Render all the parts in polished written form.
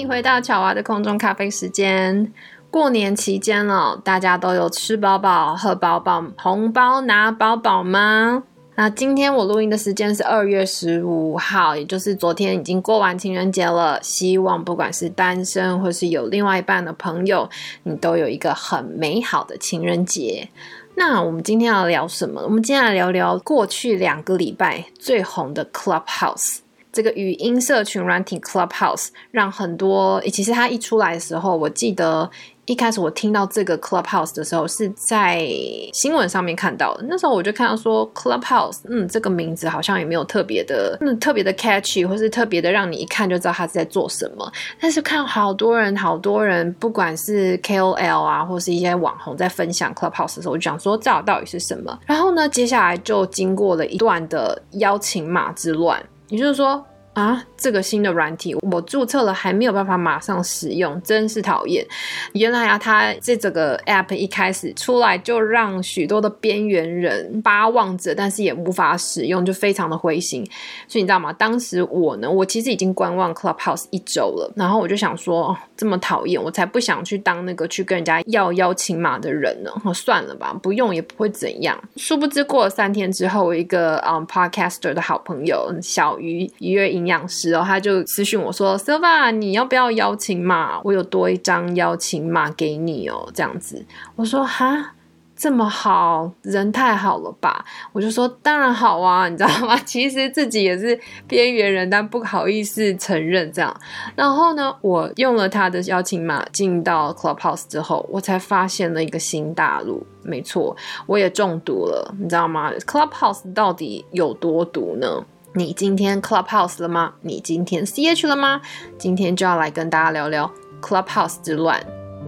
迎回到巧娃的空中咖啡时间。过年期间了，大家都有吃饱饱、喝饱饱、红包拿饱饱吗？那今天我录音的时间是2月15号，也就是昨天已经过完情人节了。希望不管是单身或是有另外一半的朋友，你都有一个很美好的情人节。那我们今天要聊什么？我们今天来聊聊过去2个礼拜最红的 Clubhouse。这个语音社群软体 Clubhouse 让很多，其实它一出来的时候，我记得一开始我听到这个 Clubhouse 的时候是在新闻上面看到的。那时候我就看到说 Clubhouse，这个名字好像也没有特别的 catchy， 或是特别的让你一看就知道它是在做什么。但是看好多人，不管是 KOL 啊，或是一些网红在分享 Clubhouse 的时候，我就想说这到底是什么。然后呢，接下来就经过了一段的邀请码之乱。也就是说这个新的软体我注册了还没有办法马上使用，真是讨厌。原来它这个 app 一开始出来就让许多的边缘人巴望着，但是也无法使用，就非常的灰心。所以你知道吗，当时我其实已经观望 Clubhouse 1周了，然后我就想说这么讨厌，我才不想去当那个去跟人家要邀请码的人呢，算了吧，不用也不会怎样。殊不知过了3天之后，我一个podcaster 的好朋友小鱼悦营养师他就私讯我说 Silva 你要不要邀请码，我有多一张邀请码给你这样子。我说这么好，人太好了吧。我就说当然好啊，你知道吗，其实自己也是边缘人，但不好意思承认这样。然后呢，我用了他的邀请码进到 Clubhouse 之后，我才发现了一个新大陆。没错，我也中毒了，你知道吗？ Clubhouse 到底有多毒呢？你今天 Clubhouse 了吗？你今天 CH 了吗？今天就要来跟大家聊聊 Clubhouse 之乱。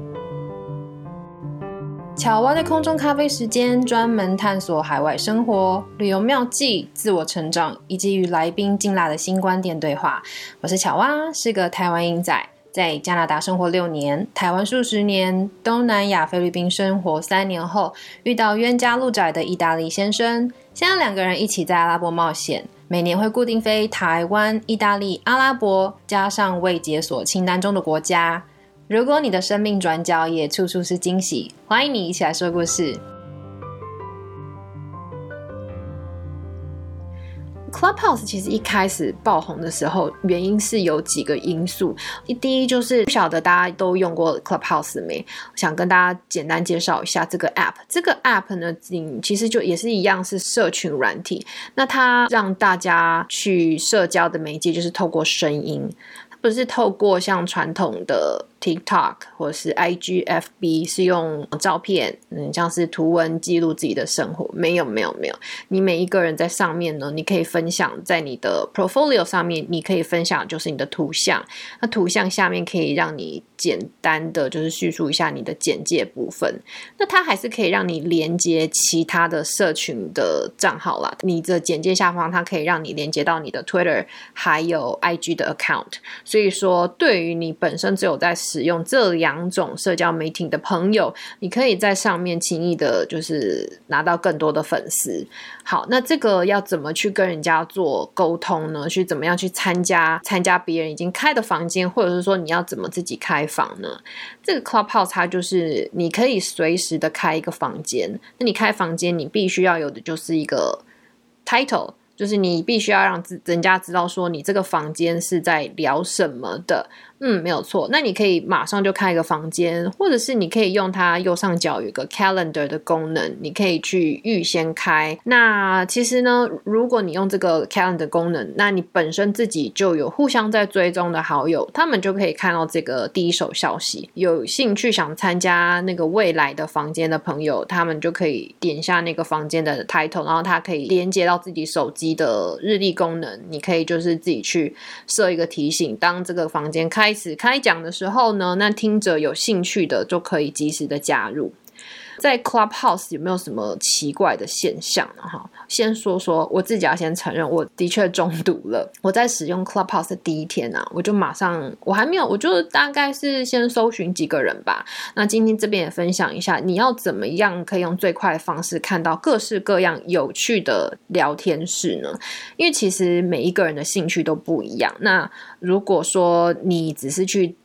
巧蛙的空中咖啡时间，专门探索海外生活、旅游妙计、自我成长，以及与来宾劲辣的新观点对话。我是巧蛙，是个台湾英仔，在加拿大生活6年，台湾数10年，东南亚菲律宾生活3年后，遇到冤家路窄的意大利先生，现在2个人一起在阿拉伯冒险，每年会固定飞台湾、意大利、阿拉伯，加上未解锁清单中的国家。如果你的生命转角也处处是惊喜，欢迎你一起来说故事。Clubhouse 其实一开始爆红的时候，原因是有几个因素。第一就是不晓得大家都用过 Clubhouse 没？想跟大家简单介绍一下这个 app。这个 app 呢，其实就也是一样是社群软体。那它让大家去社交的媒介就是透过声音，不是透过像传统的TikTok 或是 IG、FB 是用照片，像是图文记录自己的生活。没有，你每一个人在上面呢，你可以分享在你的 portfolio 上面，你可以分享就是你的图像。那图像下面可以让你简单的就是叙述一下你的简介部分。那它还是可以让你连接其他的社群的账号啦。你的简介下方它可以让你连接到你的 Twitter 还有 IG 的 account。所以说对于你本身只有在使用这2种社交媒体的朋友，你可以在上面轻易的就是拿到更多的粉丝。好，那这个要怎么去跟人家做沟通呢？去怎么样去参加别人已经开的房间，或者是说你要怎么自己开房呢？这个 Clubhouse 它就是你可以随时的开一个房间。那你开房间你必须要有的就是一个 title， 就是你必须要让人家知道说你这个房间是在聊什么的。没有错。那你可以马上就开一个房间，或者是你可以用它右上角有一个 calendar 的功能，你可以去预先开。那其实呢，如果你用这个 calendar 功能，那你本身自己就有互相在追踪的好友，他们就可以看到这个第一手消息。有兴趣想参加那个未来的房间的朋友，他们就可以点下那个房间的 title， 然后它可以连接到自己手机的日历功能。你可以就是自己去设一个提醒，当这个房间开始开讲的时候呢，那听者有兴趣的就可以及时的加入。在 Clubhouse 有没有什么奇怪的现象呢？先说说我自己要先承认，我的确中毒了。我在使用 Clubhouse 的第一天啊，我就马上，我就大概是先搜寻几个人吧。那今天这边也分享一下，你要怎么样可以用最快的方式看到各式各样有趣的聊天室呢？因为其实每一个人的兴趣都不一样。那如果说你只是去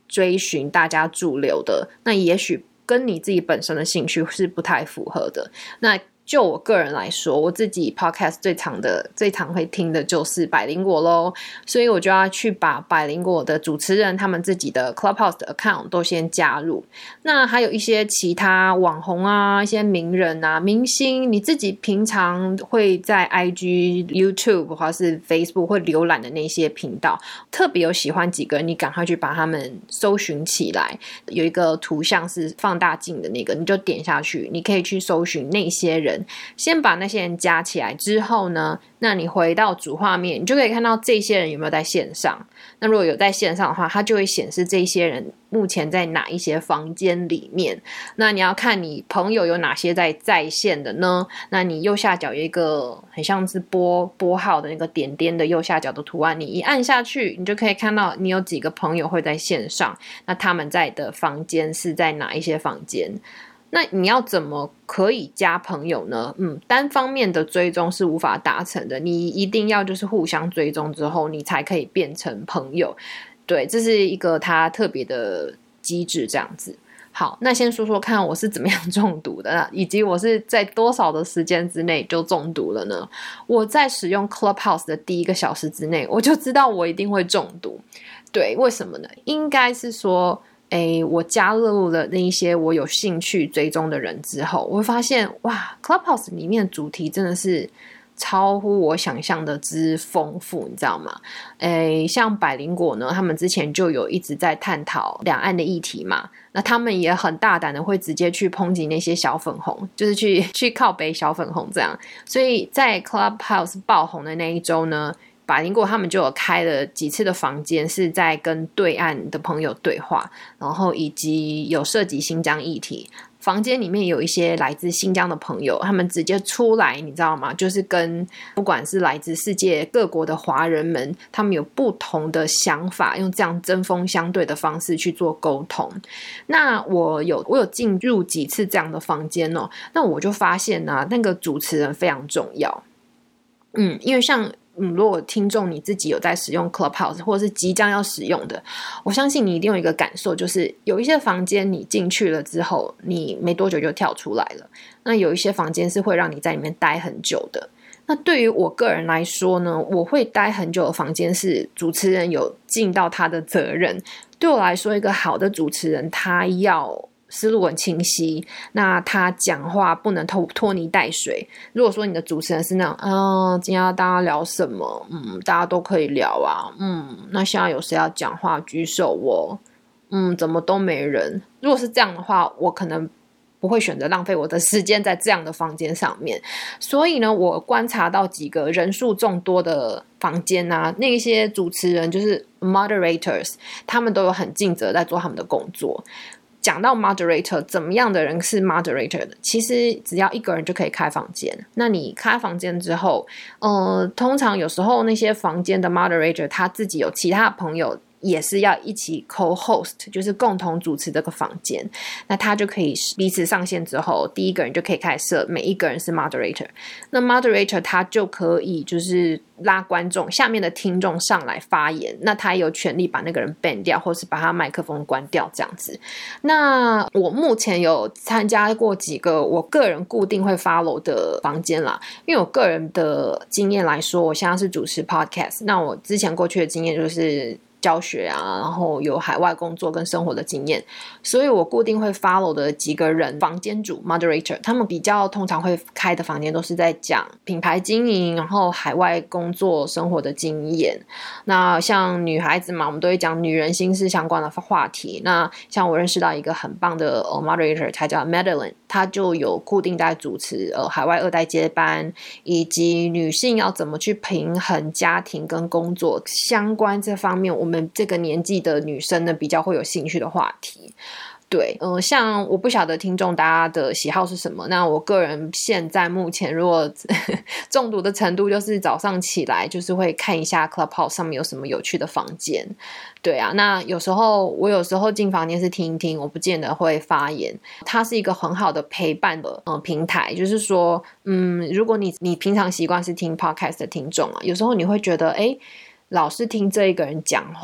追寻大家主流的，那也许跟你自己本身的兴趣是不太符合的。那就我个人来说，我自己 podcast 最常会听的就是百灵果咯，所以我就要去把百灵果的主持人他们自己的 Clubhouse 的 account 都先加入。那还有一些其他网红啊，一些名人啊，明星，你自己平常会在 IG、YouTube 或是 Facebook 会浏览的那些频道，特别有喜欢几个人，你赶快去把他们搜寻起来，有一个图像是放大镜的那个，你就点下去，你可以去搜寻那些人，先把那些人加起来之后呢，那你回到主画面，你就可以看到这些人有没有在线上。那如果有在线上的话，它就会显示这些人目前在哪一些房间里面。那你要看你朋友有哪些在线的呢？那你右下角有一个很像是拨号的那个点点的右下角的图案，你一按下去，你就可以看到你有几个朋友会在线上，那他们在的房间是在哪一些房间。那你要怎么可以加朋友呢？单方面的追踪是无法达成的，你一定要就是互相追踪之后，你才可以变成朋友。对，这是一个它特别的机制这样子。好，那先说说看我是怎么样中毒的，以及我是在多少的时间之内就中毒了呢？我在使用 Clubhouse 的第1个小时之内，我就知道我一定会中毒。对，为什么呢？应该是说我加入了那一些我有兴趣追踪的人之后，我会发现哇 Clubhouse 里面的主题真的是超乎我想象的之丰富，你知道吗？像百灵果呢，他们之前就有一直在探讨两岸的议题嘛，那他们也很大胆的会直接去抨击那些小粉红，就是去靠北小粉红这样。所以在 Clubhouse 爆红的那一周呢，百灵果他们就有开了几次的房间，是在跟对岸的朋友对话，然后以及有涉及新疆议题。房间里面有一些来自新疆的朋友，他们直接出来，你知道吗？就是跟不管是来自世界各国的华人们，他们有不同的想法，用这样针锋相对的方式去做沟通。那我有进入几次这样的房间哦，那我就发现啊，那个主持人非常重要。因为像如果听众你自己有在使用 Clubhouse 或者是即将要使用的，我相信你一定有一个感受，就是有一些房间你进去了之后，你没多久就跳出来了。那有一些房间是会让你在里面待很久的。那对于我个人来说呢，我会待很久的房间是主持人有尽到他的责任。对我来说，一个好的主持人他要思路很清晰，那他讲话不能拖泥带水。如果说你的主持人是那种今天要大家聊什么，大家都可以聊啊，那现在有谁要讲话举手哦，怎么都没人。如果是这样的话，我可能不会选择浪费我的时间在这样的房间上面。所以呢，我观察到几个人数众多的房间啊，那些主持人就是 moderators， 他们都有很尽责在做他们的工作。讲到 moderator， 怎么样的人是 moderator 的？其实只要一个人就可以开房间。那你开房间之后，通常有时候那些房间的 moderator 他自己有其他的朋友，也是要一起 co-host， 就是共同主持这个房间。那他就可以彼此上线之后，第一个人就可以开始设每一个人是 moderator。那 moderator 他就可以就是拉观众下面的听众上来发言，那他也有权利把那个人 ban 掉，或是把他麦克风关掉这样子。那我目前有参加过几个我个人固定会 follow 的房间啦，因为我个人的经验来说，我现在是主持 podcast， 那我之前过去的经验就是教学啊，然后有海外工作跟生活的经验，所以我固定会 follow 的几个人，房间主 moderator， 他们比较通常会开的房间都是在讲品牌经营，然后海外工作生活的经验。那像女孩子嘛，我们都会讲女人心事相关的话题。那像我认识到一个很棒的moderator， 他叫 Madeline， 他就有固定在主持海外二代接班，以及女性要怎么去平衡家庭跟工作相关这方面，我们这个年纪的女生呢比较会有兴趣的话题。对，像我不晓得听众大家的喜好是什么，那我个人现在目前如果中毒的程度就是早上起来就是会看一下 Clubhouse 上面有什么有趣的房间。对啊，那我有时候进房间是听一听，我不见得会发言。它是一个很好的陪伴的平台，就是说如果你平常习惯是听 podcast 的听众啊，有时候你会觉得老是听这一个人讲话，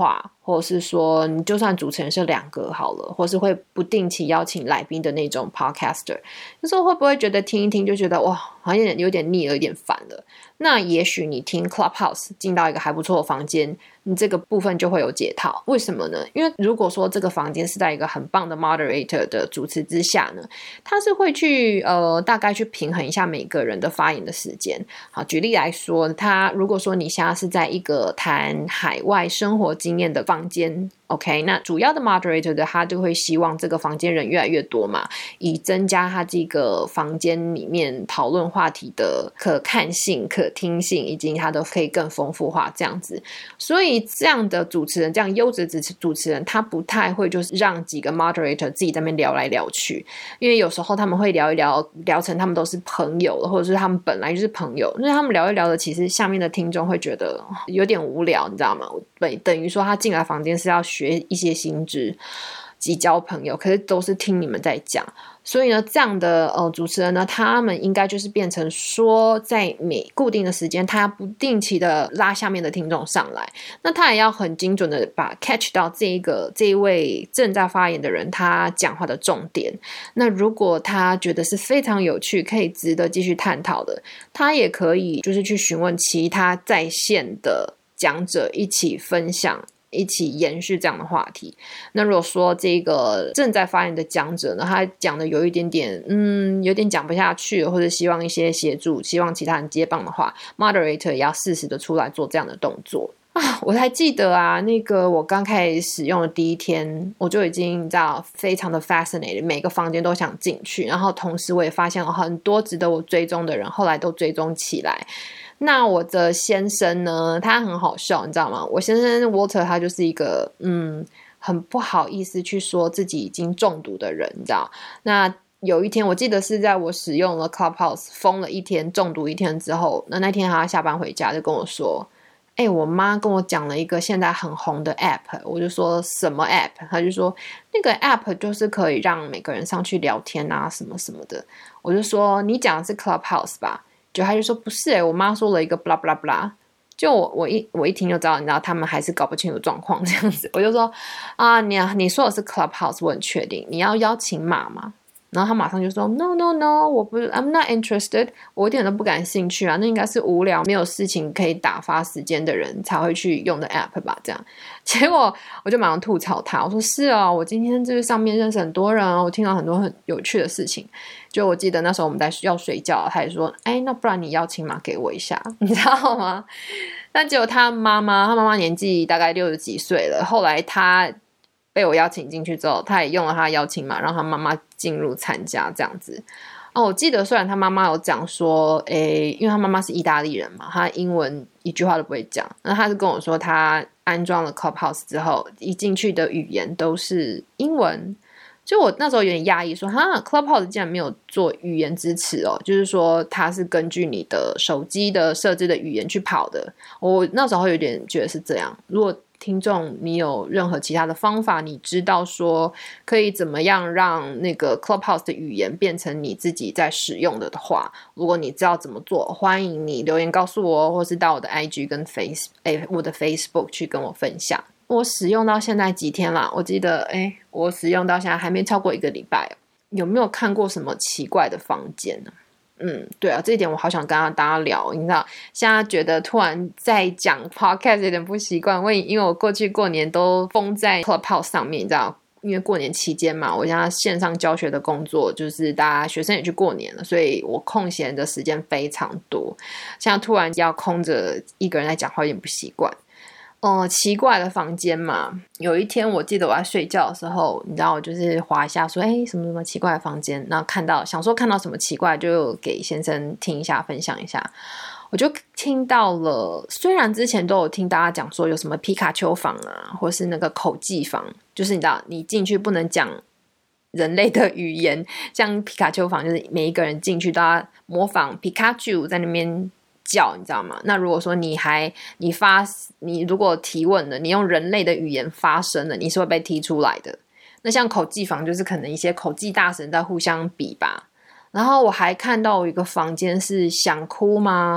或者是说你就算主持人是2个好了，或是会不定期邀请来宾的那种 podcaster， 有时候会不会觉得听一听就觉得哇好像有点腻了，有点烦了，那也许你听 Clubhouse 进到一个还不错的房间，你这个部分就会有解套。为什么呢？因为如果说这个房间是在一个很棒的 moderator 的主持之下呢，他是会去大概去平衡一下每个人的发言的时间。好，举例来说，他如果说你现在是在一个谈海外生活经验的房间，OK， 那主要的 moderator 的他就会希望这个房间人越来越多嘛，以增加他这个房间里面讨论话题的可看性、可听性，以及他都可以更丰富化这样子。所以这样的主持人，这样优质的主持人，他不太会就是让几个 moderator 自己在那边聊来聊去，因为有时候他们会聊一聊，聊成他们都是朋友了，或者是他们本来就是朋友，所以他们聊一聊的，其实下面的听众会觉得有点无聊，你知道吗？等于说他进来房间是要学一些新知及交朋友，可是都是听你们在讲。所以呢，这样的主持人呢，他们应该就是变成说，在每固定的时间，他要不定期的拉下面的听众上来，那他也要很精准的把 catch 到这一位正在发言的人他讲话的重点。那如果他觉得是非常有趣，可以值得继续探讨的，他也可以就是去询问其他在线的讲者一起分享，一起延续这样的话题。那如果说这个正在发言的讲者呢，他讲的有一点点有点讲不下去，或者希望一些协助，希望其他人接棒的话， moderator 也要适时的出来做这样的动作啊。我还记得啊，那个我刚开始使用的第一天，我就已经你知道非常的 fascinated， 每个房间都想进去，然后同时我也发现很多值得我追踪的人后来都追踪起来。那我的先生呢，他很好笑，你知道吗？我先生 Walter 他就是一个很不好意思去说自己已经中毒的人，你知道。那有一天我记得是在我使用了 Clubhouse 疯了一天，中毒一天之后，那天他下班回家就跟我说，我妈跟我讲了一个现在很红的 app。 我就说什么 app？ 他就说那个 app 就是可以让每个人上去聊天啊什么什么的。我就说你讲的是 Clubhouse 吧？就他就说不是我妈说了一个 blah blah blah。 就我一听就知道，你知道他们还是搞不清楚状况这样子。我就说啊，你说的是 Clubhouse， 我很确定，你要邀请码吗？然后他马上就说 no no no， 我不 I'm not interested， 我一点都不感兴趣啊，那应该是无聊没有事情可以打发时间的人才会去用的 app 吧，这样。结果我就马上吐槽他，我说是啊，我今天这上面认识很多人啊，我听到很多很有趣的事情。就我记得那时候我们在要睡觉，他也说那不然你邀请码给我一下，你知道吗？那结果他妈妈年纪大概60几岁了，后来他被我邀请进去之后，他也用了他的邀请码让他妈妈进入参加这样子。我记得虽然他妈妈有讲说因为他妈妈是意大利人嘛，他英文一句话都不会讲，那他是跟我说他安装了 Clubhouse 之后一进去的语言都是英文。就我那时候有点讶异说Clubhouse 竟然没有做语言支持就是说它是根据你的手机的设置的语言去跑的。我那时候有点觉得是这样。如果听众你有任何其他的方法，你知道说可以怎么样让那个 Clubhouse 的语言变成你自己在使用的话，如果你知道怎么做，欢迎你留言告诉我，或是到我的 IG 跟我的 Facebook 去跟我分享。我使用到现在几天啦，我记得我使用到现在还没超过1个礼拜。有没有看过什么奇怪的房间呢？对啊，这一点我好想跟大家聊。你知道现在觉得突然在讲 podcast 有点不习惯，因为我过去过年都封在 Clubhouse 上面，你知道因为过年期间嘛，我现在线上教学的工作就是大家学生也去过年了，所以我空闲的时间非常多，现在突然要空着一个人在讲话有点不习惯。奇怪的房间嘛，有一天我记得我在睡觉的时候，你知道我就是滑一下说什么什么奇怪的房间，然后想说看到什么奇怪就给先生听一下分享一下。我就听到了，虽然之前都有听大家讲说有什么皮卡丘房啊，或是那个口技房，就是你知道你进去不能讲人类的语言，像皮卡丘房就是每一个人进去都要模仿皮卡丘在那边叫，你知道吗？那如果说你如果提问了，你用人类的语言发声了，你是会被踢出来的。那像口技房就是可能一些口技大神在互相比吧。然后我还看到一个房间是想哭吗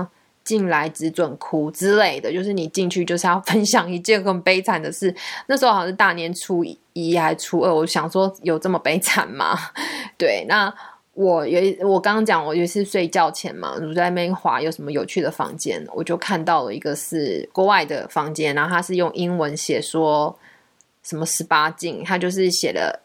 进来只准哭之类的，就是你进去就是要分享一件很悲惨的事。那时候好像是大年初一还初二，我想说有这么悲惨吗？对，那我刚刚讲我有一次睡觉前嘛，我在那边滑有什么有趣的房间，我就看到了一个是国外的房间，然后它是用英文写说什么18禁，它就是写了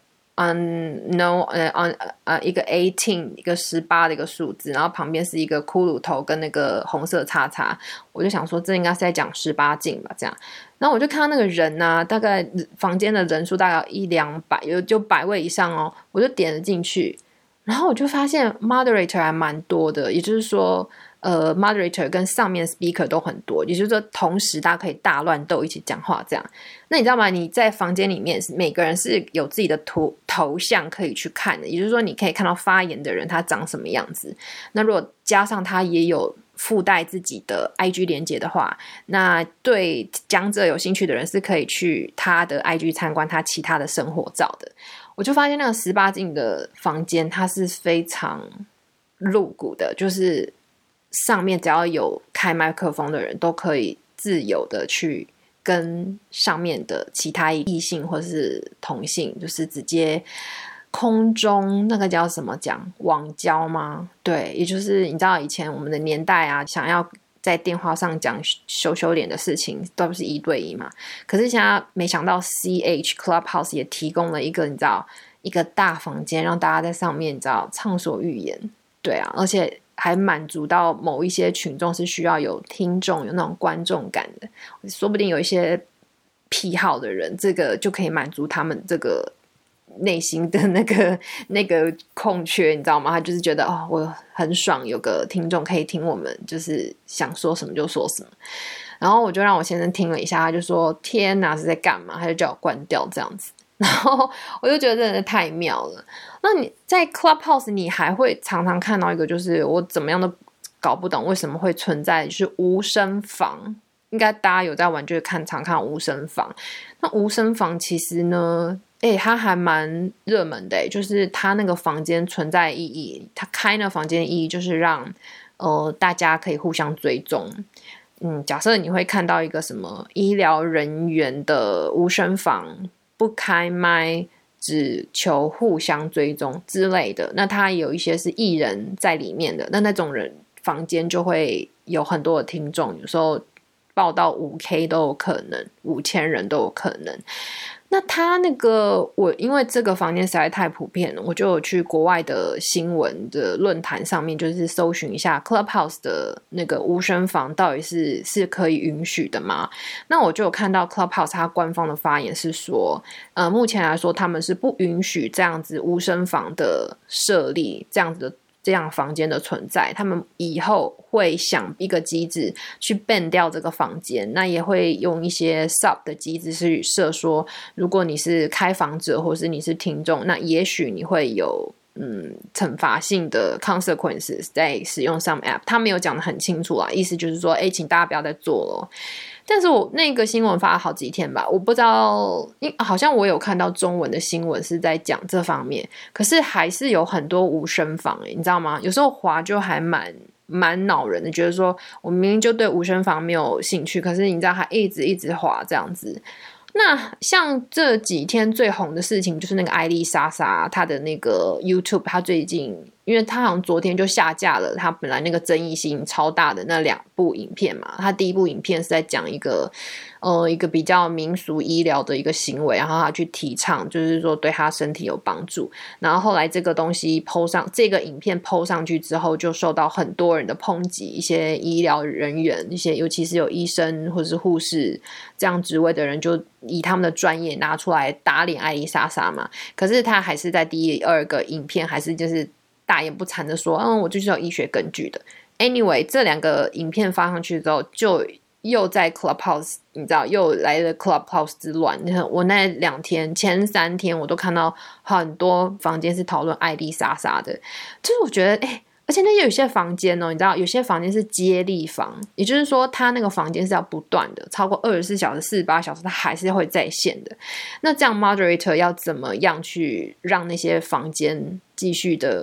一个18，一个18的一个数字，然后旁边是一个骷髅头跟那个红色叉叉，我就想说这应该是在讲18禁吧，这样。然后我就看到那个人啊，大概房间的人数大概100-200，就100位以上哦，我就点了进去，然后我就发现 moderator 还蛮多的，也就是说moderator 跟上面 speaker 都很多，也就是说同时大家可以大乱斗一起讲话这样。那你知道吗，你在房间里面每个人是有自己的头像可以去看的，也就是说你可以看到发言的人他长什么样子，那如果加上他也有附带自己的 IG 连结的话，那对讲者有兴趣的人是可以去他的 IG 参观他其他的生活照的。我就发现那个18禁的房间它是非常露骨的，就是上面只要有开麦克风的人都可以自由的去跟上面的其他异性或是同性就是直接空中那个叫什么讲网交吗？对，也就是你知道以前我们的年代啊，想要在电话上讲羞脸的事情都是1对1嘛，可是现在没想到 Clubhouse 也提供了一个你知道一个大房间，让大家在上面你知道畅所欲言。对啊，而且还满足到某一些群众是需要有听众有那种观众感的，说不定有一些癖好的人这个就可以满足他们这个内心的那个空缺，你知道吗？他就是觉得哦，我很爽，有个听众可以听我们，就是想说什么就说什么。然后我就让我先生听了一下，他就说天哪是在干嘛，他就叫我关掉这样子。然后我就觉得真的太妙了。那你在 Clubhouse 你还会常常看到一个，就是我怎么样都搞不懂为什么会存在，就是无声房。应该大家有在玩就会常看无声房。那无声房其实呢它还蛮热门的，就是它那个房间存在意义，它开那房间的意义就是让大家可以互相追踪。假设你会看到一个什么医疗人员的无声房，不开麦，只求互相追踪之类的，那它有一些是艺人在里面的，那种人房间就会有很多的听众，有时候报到 5K 都有可能，5000人都有可能。那他那个我因为这个房间实在太普遍了，我就有去国外的新闻的论坛上面就是搜寻一下 Clubhouse 的那个无声房到底是可以允许的吗？那我就有看到 Clubhouse 它官方的发言是说目前来说他们是不允许这样子无声房的设立，这样房间的存在，他们以后会想一个机制去 ban 掉这个房间，那也会用一些 sub 的机制去设说，如果你是开房者或是你是听众，那也许你会有惩罚性的 consequences 在使用 some app， 他没有讲得很清楚啦，意思就是说请大家不要再做了。但是我那个新闻发了好几天吧，我不知道好像我有看到中文的新闻是在讲这方面，可是还是有很多无声房你知道吗？有时候滑就还蛮恼人的，觉得说我明明就对无声房没有兴趣，可是你知道还一直滑这样子。那像这几天最红的事情就是那个艾丽莎莎她的那个 YouTube， 她最近因为她好像昨天就下架了她本来那个争议性超大的那2部影片嘛。她第一部影片是在讲一个比较民俗医疗的一个行为，然后她去提倡就是说对她身体有帮助，然后后来这个东西 po 上，这个影片 po 上去之后就受到很多人的抨击，一些医疗人员，一些尤其是有医生或者是护士这样职位的人就以他们的专业拿出来打脸艾丽莎莎嘛。可是他还是在第2个影片还是就是大言不惭的说我就是有医学根据的。 anyway 这2个影片发上去之后就又在 Clubhouse 你知道又来了 Clubhouse 之乱。我那2天前3天我都看到很多房间是讨论艾丽莎莎的，就是我觉得而且那有些房间你知道有些房间是接力房，也就是说他那个房间是要不断的超过24小时48小时他还是会在线的。那这样 moderator 要怎么样去让那些房间继续的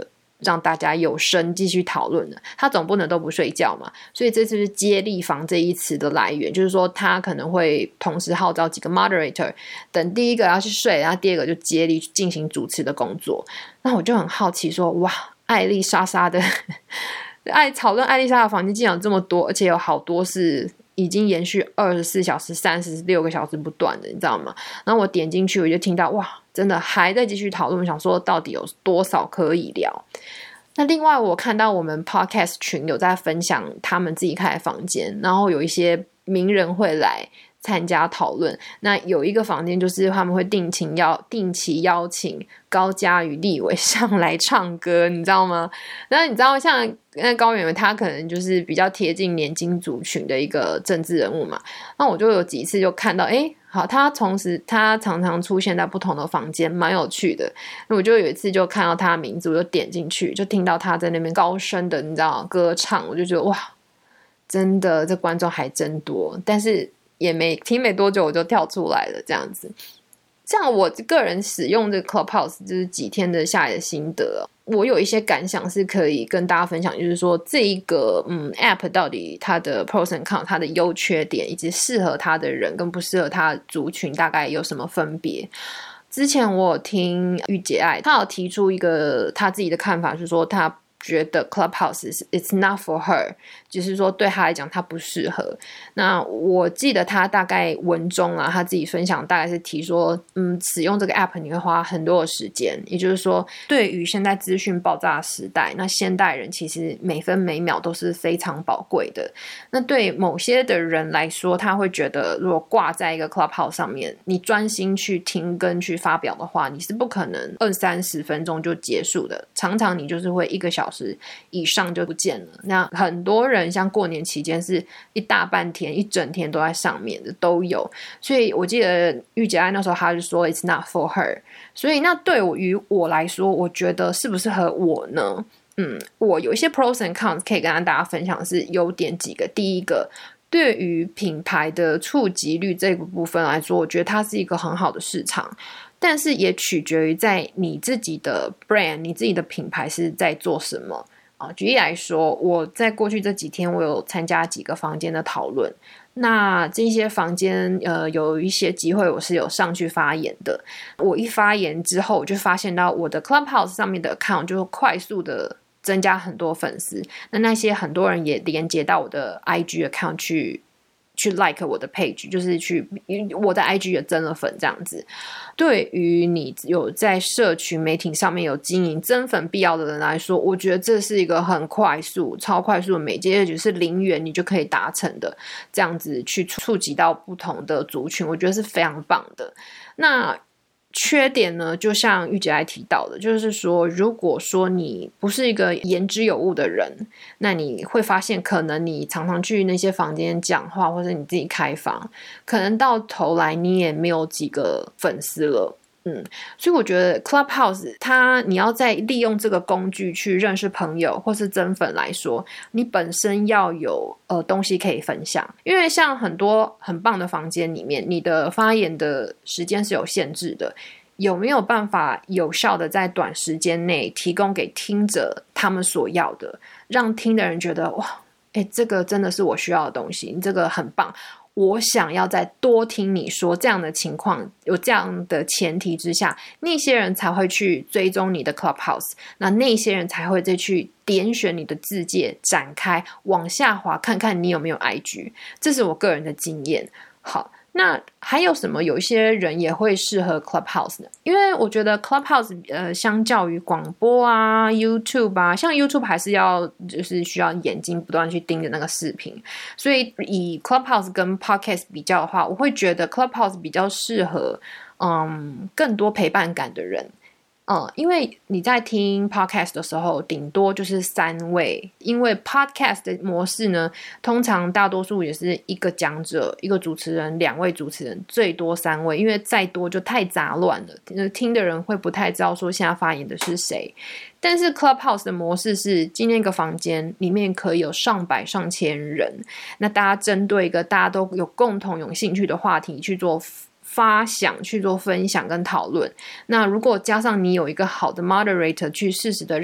让大家有声继续讨论的，他总不能都不睡觉嘛。所以这就是接力房这一词的来源，就是说他可能会同时号召几个 moderator， 等第一个要去睡，然后第二个就接力进行主持的工作。那我就很好奇说，哇，艾丽莎莎的讨论艾丽莎的房间竟然有这么多，而且有好多是已经延续24小时36个小时不断的，你知道吗？然后我点进去我就听到，哇，真的还在继续讨论，想说到底有多少可以聊。那另外我看到我们 podcast 群有在分享他们自己开的房间，然后有一些名人会来参加讨论。那有一个房间就是他们会定期邀请高嘉瑜立委上来唱歌，你知道吗？那你知道像那高远他可能就是比较贴近年轻族群的一个政治人物嘛，那我就有几次就看到好，他常常出现在不同的房间，蛮有趣的。那我就有一次就看到他的名字，我就点进去，就听到他在那边高声的你知道歌唱，我就觉得哇，真的这观众还真多，但是也没多久我就跳出来了这样子。这样我个人使用这个 Clubhouse 就是几天的下来的心得，我有一些感想是可以跟大家分享，就是说这一个App 到底它的 pros and cons， 它的优缺点，以及适合它的人跟不适合它的族群大概有什么分别。之前我有听御姐爱，她有提出一个她自己的看法，是说她觉得 Clubhouse it's not for her， 就是说对他来讲他不适合。那我记得他大概文中他自己分享大概是提说使用这个 app 你会花很多的时间，也就是说对于现在资讯爆炸的时代，那现代人其实每分每秒都是非常宝贵的。那对某些的人来说，他会觉得如果挂在一个 Clubhouse 上面，你专心去听跟去发表的话，你是不可能20-30分钟就结束的，常常你就是会1个小时以上就不见了。那很多人像过年期间是一大半天一整天都在上面的都有，所以我记得御姐爱那时候他就说 it's not for her。 所以那对于我来说，我觉得适不适合我呢？我有一些 pros and cons 可以跟大家分享的是优点几个。第一个，对于品牌的触及率这个部分来说，我觉得它是一个很好的市场，但是也取决于在你自己的 brand， 你自己的品牌是在做什么。举例来说，我在过去这几天我有参加几个房间的讨论，那这些房间有一些机会我是有上去发言的。我一发言之后，我就发现到我的 Clubhouse 上面的 account 就快速的增加很多粉丝，那些很多人也连接到我的 IG account 去 like 我的 page， 就是我的 IG 也增了粉这样子。对于你有在社群媒体上面有经营增粉必要的人来说，我觉得这是一个很快速超快速的媒介，也就是0元你就可以达成的，这样子去触及到不同的族群，我觉得是非常棒的。那缺点呢，就像御姐爱提到的，就是说如果说你不是一个言之有物的人，那你会发现可能你常常去那些房间讲话，或者你自己开房，可能到头来你也没有几个粉丝了。所以我觉得 Clubhouse 你要在利用这个工具去认识朋友或是增粉来说，你本身要有东西可以分享。因为像很多很棒的房间里面，你的发言的时间是有限制的，有没有办法有效的在短时间内提供给听者他们所要的，让听的人觉得哇，这个真的是我需要的东西，你这个很棒，我想要再多听你说。这样的情况，有这样的前提之下，那些人才会去追踪你的 Clubhouse， 那些人才会再去点选你的自介，展开往下滑看看你有没有 IG。 这是我个人的经验。好，那还有什么有一些人也会适合 Clubhouse 呢？因为我觉得 Clubhouse 相较于广播啊 YouTube 啊，像 YouTube 还是就是需要眼睛不断去盯着那个视频，所以以 Clubhouse 跟 Podcast 比较的话，我会觉得 Clubhouse 比较适合更多陪伴感的人。因为你在听 podcast 的时候顶多就是3位，因为 podcast 的模式呢，通常大多数也是一个讲者一个主持人2位主持人，最多3位，因为再多就太杂乱了，听的人会不太知道说现在发言的是谁。但是 Clubhouse 的模式是今天一个房间里面可以有上百上千人，那大家针对一个大家都有共同有兴趣的话题去做发想，去做分享跟讨论。那如果加上你有一个好的 moderator 去适时的让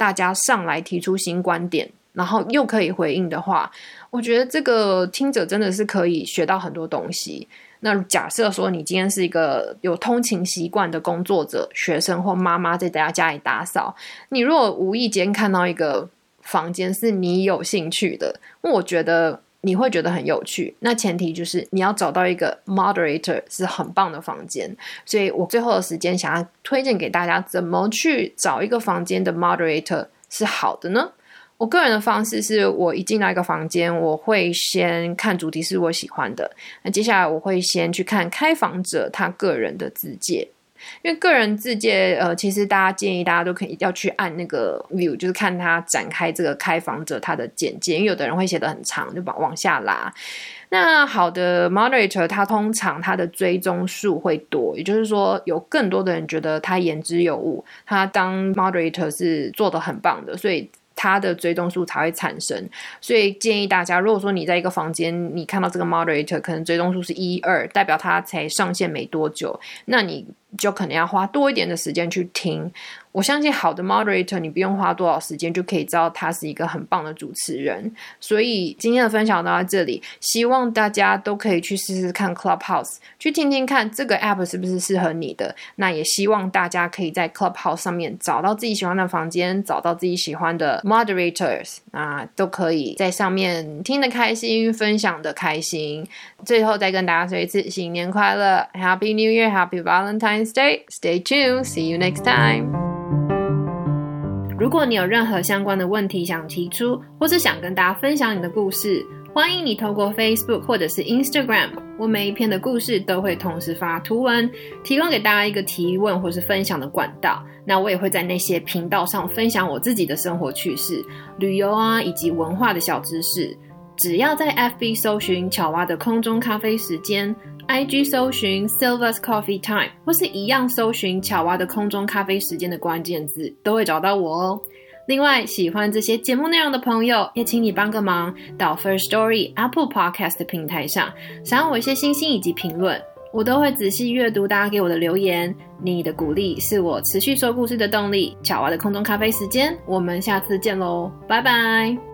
大家上来提出新观点，然后又可以回应的话，我觉得这个听者真的是可以学到很多东西。那假设说你今天是一个有通勤习惯的工作者、学生或妈妈在家里打扫，你如果无意间看到一个房间是你有兴趣的，我觉得你会觉得很有趣，那前提就是你要找到一个 moderator 是很棒的房间。所以我最后的时间想要推荐给大家怎么去找一个房间的 moderator 是好的呢？我个人的方式是，我一进到一个房间，我会先看主题是我喜欢的，那接下来我会先去看开房者他个人的自介。因为个人自介其实建议大家都可以要去按那个 view， 就是看他展开这个开房者他的简介，因为有的人会写得很长，就往下拉。那好的 moderator 他通常他的追踪数会多，也就是说有更多的人觉得他言之有物，他当 moderator 是做得很棒的，所以他的追踪数才会产生。所以建议大家，如果说你在一个房间你看到这个 moderator 可能追踪数是1、2，代表他才上线没多久，那你就可能要花多一点的时间去听。我相信好的 moderator 你不用花多少时间就可以知道他是一个很棒的主持人。所以今天的分享到这里，希望大家都可以去试试看 Clubhouse， 去听听看这个 app 是不是适合你的。那也希望大家可以在 Clubhouse 上面找到自己喜欢的房间，找到自己喜欢的 moderators， 都可以在上面听得开心，分享的开心。最后再跟大家说一次新年快乐， Happy New Year, Happy Valentine's Day. Stay tuned, see you next time. 如果你有任何相关的问题想提出，或是想跟大家分享你的故事，欢迎你透过 Facebook 或者是 Instagram， 我每一篇的故事都会同时发图文，提供给大家一个提问或是分享的管道。那我也会在那些频道上分享我自己的生活趣事、旅游以及文化的小知识。只要在 FB 搜寻巧蛙的空中咖啡时间， IG 搜寻 Silva's Coffee Time， 或是一样搜寻巧蛙的空中咖啡时间的关键字，都会找到我哦。另外，喜欢这些节目内容的朋友，也请你帮个忙，到 First Story、Apple Podcast 的平台上赏我一些星星以及评论，我都会仔细阅读大家给我的留言。你的鼓励是我持续说故事的动力。巧蛙的空中咖啡时间，我们下次见咯，拜拜。